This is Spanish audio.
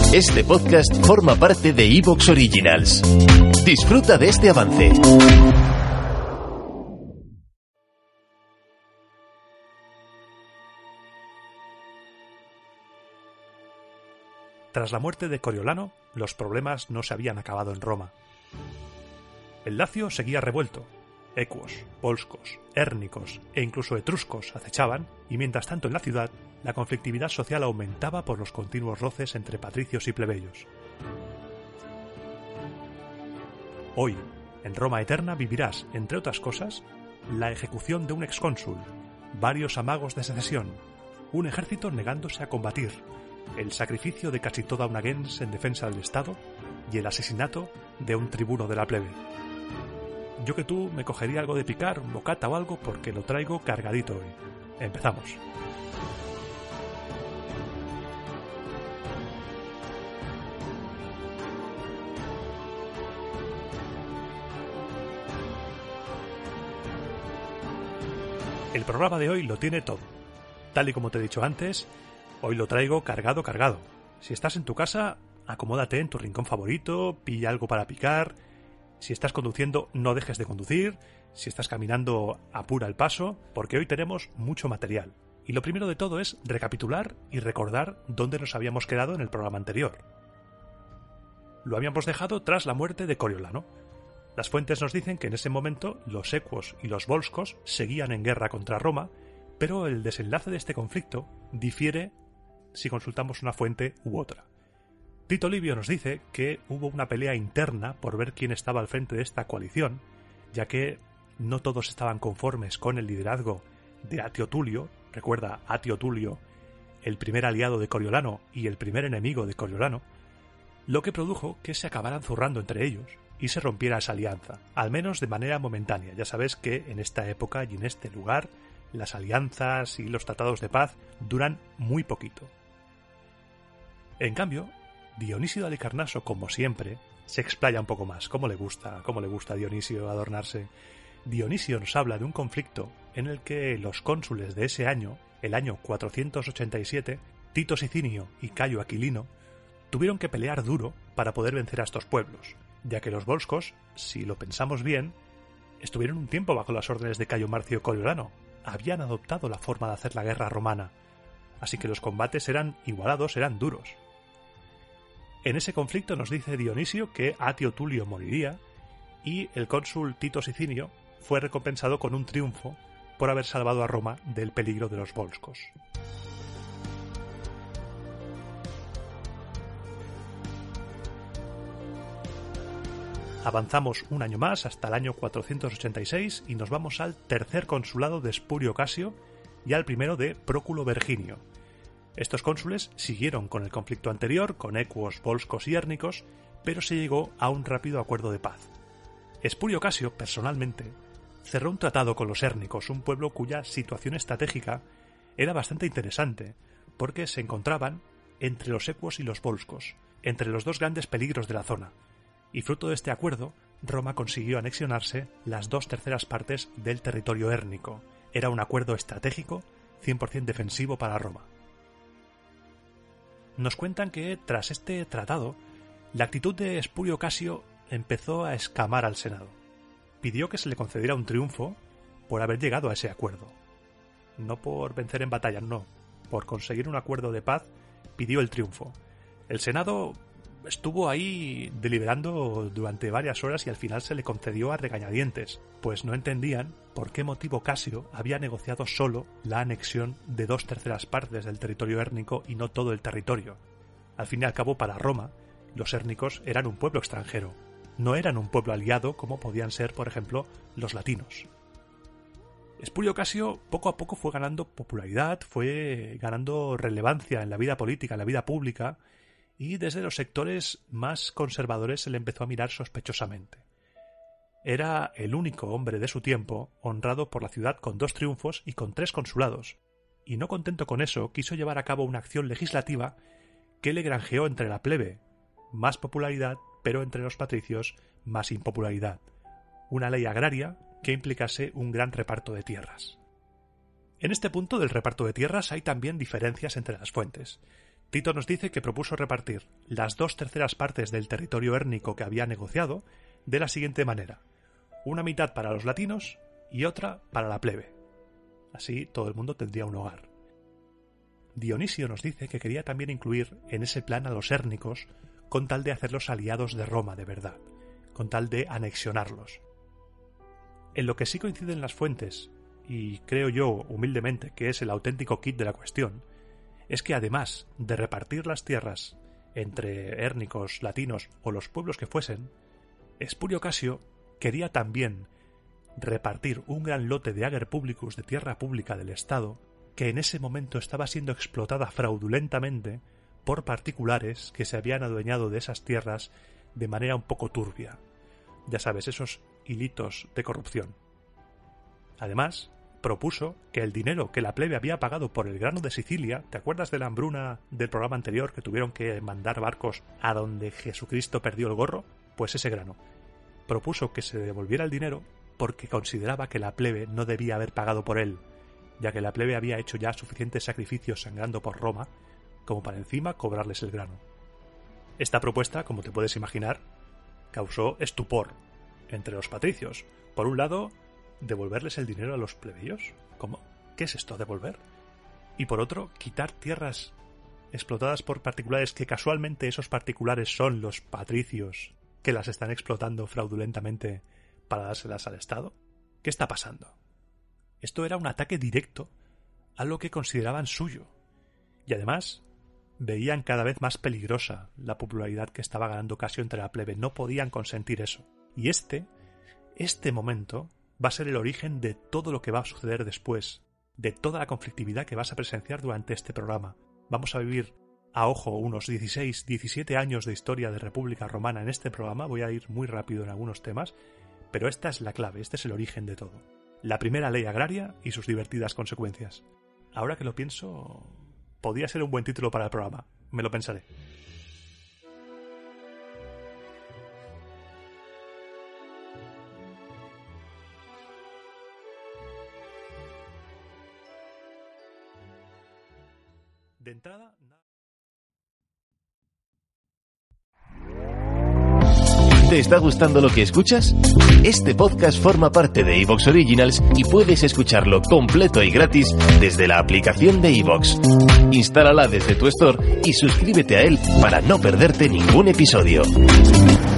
Este podcast forma parte de Evox Originals. Disfruta de este avance. Tras la muerte de Coriolano, los problemas no se habían acabado en Roma. El Lacio seguía revuelto. Ecuos, volscos, hérnicos e incluso etruscos acechaban, y mientras tanto en la ciudad, la conflictividad social aumentaba por los continuos roces entre patricios y plebeyos. Hoy, en Roma Eterna vivirás, entre otras cosas, la ejecución de un excónsul, varios amagos de secesión, un ejército negándose a combatir, el sacrificio de casi toda una gens en defensa del Estado y el asesinato de un tribuno de la plebe. Yo que tú me cogería algo de picar, un bocata o algo, porque lo traigo cargadito hoy. Empezamos. El programa de hoy lo tiene todo. Tal y como te he dicho antes, hoy lo traigo cargado. Si estás en tu casa, acomódate en tu rincón favorito, pilla algo para picar. Si estás conduciendo, no dejes de conducir. Si estás caminando, apura el paso, porque hoy tenemos mucho material. Y lo primero de todo es recapitular y recordar dónde nos habíamos quedado en el programa anterior. Lo habíamos dejado tras la muerte de Coriolano. Las fuentes nos dicen que en ese momento los ecuos y los volscos seguían en guerra contra Roma, pero el desenlace de este conflicto difiere si consultamos una fuente u otra. Tito Livio nos dice que hubo una pelea interna por ver quién estaba al frente de esta coalición, ya que no todos estaban conformes con el liderazgo de Atio Tulio. Recuerda, Atio Tulio, el primer aliado de Coriolano y el primer enemigo de Coriolano, lo que produjo que se acabaran zurrando entre ellos y se rompiera esa alianza, al menos de manera momentánea. Ya sabes que en esta época y en este lugar las alianzas y los tratados de paz duran muy poquito. En cambio, Dionisio de Halicarnaso, como siempre, se explaya un poco más. ¿Cómo le gusta a Dionisio adornarse? Dionisio nos habla de un conflicto en el que los cónsules de ese año, el año 487, Tito Sicinio y Cayo Aquilino, tuvieron que pelear duro para poder vencer a estos pueblos, ya que los volscos, si lo pensamos bien, estuvieron un tiempo bajo las órdenes de Cayo Marcio Coriolano. Habían adoptado la forma de hacer la guerra romana, así que los combates eran igualados, eran duros. En ese conflicto nos dice Dionisio que Atio Tulio moriría y el cónsul Tito Sicinio fue recompensado con un triunfo por haber salvado a Roma del peligro de los volscos. Avanzamos un año más hasta el año 486 y nos vamos al tercer consulado de Espurio Casio y al primero de Próculo Verginio. Estos cónsules siguieron con el conflicto anterior, con ecuos, volscos y hérnicos, pero se llegó a un rápido acuerdo de paz. Espurio Casio, personalmente, cerró un tratado con los hérnicos, un pueblo cuya situación estratégica era bastante interesante, porque se encontraban entre los ecuos y los volscos, entre los dos grandes peligros de la zona, y fruto de este acuerdo, Roma consiguió anexionarse las 2/3 partes del territorio hérnico. Era un acuerdo estratégico, 100% defensivo para Roma. Nos cuentan que, tras este tratado, la actitud de Espurio Casio empezó a escamar al Senado. Pidió que se le concediera un triunfo por haber llegado a ese acuerdo. No por vencer en batalla, no. Por conseguir un acuerdo de paz, pidió el triunfo. El Senado estuvo ahí deliberando durante varias horas y al final se le concedió a regañadientes, pues no entendían por qué motivo Casio había negociado solo la anexión de 2/3 partes del territorio hérnico y no todo el territorio. Al fin y al cabo, para Roma, los hérnicos eran un pueblo extranjero, no eran un pueblo aliado como podían ser, por ejemplo, los latinos. Espurio Casio poco a poco fue ganando popularidad, fue ganando relevancia en la vida política, en la vida pública, y desde los sectores más conservadores se le empezó a mirar sospechosamente. Era el único hombre de su tiempo honrado por la ciudad con 2 triunfos y con 3 consulados, y no contento con eso, quiso llevar a cabo una acción legislativa que le granjeó entre la plebe más popularidad, pero entre los patricios más impopularidad. Una ley agraria que implicase un gran reparto de tierras. En este punto del reparto de tierras hay también diferencias entre las fuentes. Tito nos dice que propuso repartir las 2/3 partes del territorio hérnico que había negociado de la siguiente manera: una mitad para los latinos y otra para la plebe. Así todo el mundo tendría un hogar. Dionisio nos dice que quería también incluir en ese plan a los hérnicos con tal de hacerlos aliados de Roma de verdad, con tal de anexionarlos. En lo que sí coinciden las fuentes, y creo yo humildemente que es el auténtico kit de la cuestión, es que además de repartir las tierras entre hérnicos, latinos o los pueblos que fuesen, Espurio Casio quería también repartir un gran lote de ager publicus, de tierra pública del Estado, que en ese momento estaba siendo explotada fraudulentamente por particulares que se habían adueñado de esas tierras de manera un poco turbia. Ya sabes, esos hilitos de corrupción. Además, propuso que el dinero que la plebe había pagado por el grano de Sicilia, ¿te acuerdas de la hambruna del programa anterior que tuvieron que mandar barcos a donde Jesucristo perdió el gorro? Pues ese grano. Propuso que se devolviera el dinero porque consideraba que la plebe no debía haber pagado por él, ya que la plebe había hecho ya suficientes sacrificios sangrando por Roma como para encima cobrarles el grano. Esta propuesta, como te puedes imaginar, causó estupor entre los patricios. Por un lado, devolverles el dinero a los plebeyos. ¿Cómo? ¿Qué es esto, devolver? Y por otro, quitar tierras explotadas por particulares, que casualmente esos particulares son los patricios que las están explotando fraudulentamente para dárselas al Estado. ¿Qué está pasando? Esto era un ataque directo a lo que consideraban suyo. Y además, veían cada vez más peligrosa la popularidad que estaba ganando Casio entre la plebe. No podían consentir eso. Y este momento va a ser el origen de todo lo que va a suceder después, de toda la conflictividad que vas a presenciar durante este programa. Vamos a vivir, a ojo, unos 16, 17 años de historia de República Romana en este programa. Voy a ir muy rápido en algunos temas, pero esta es la clave, este es el origen de todo. La primera ley agraria y sus divertidas consecuencias. Ahora que lo pienso, podría ser un buen título para el programa. Me lo pensaré. De entrada... ¿Te está gustando lo que escuchas? Este podcast forma parte de Evox Originals y puedes escucharlo completo y gratis desde la aplicación de Evox. Instálala desde tu store y suscríbete a él para no perderte ningún episodio.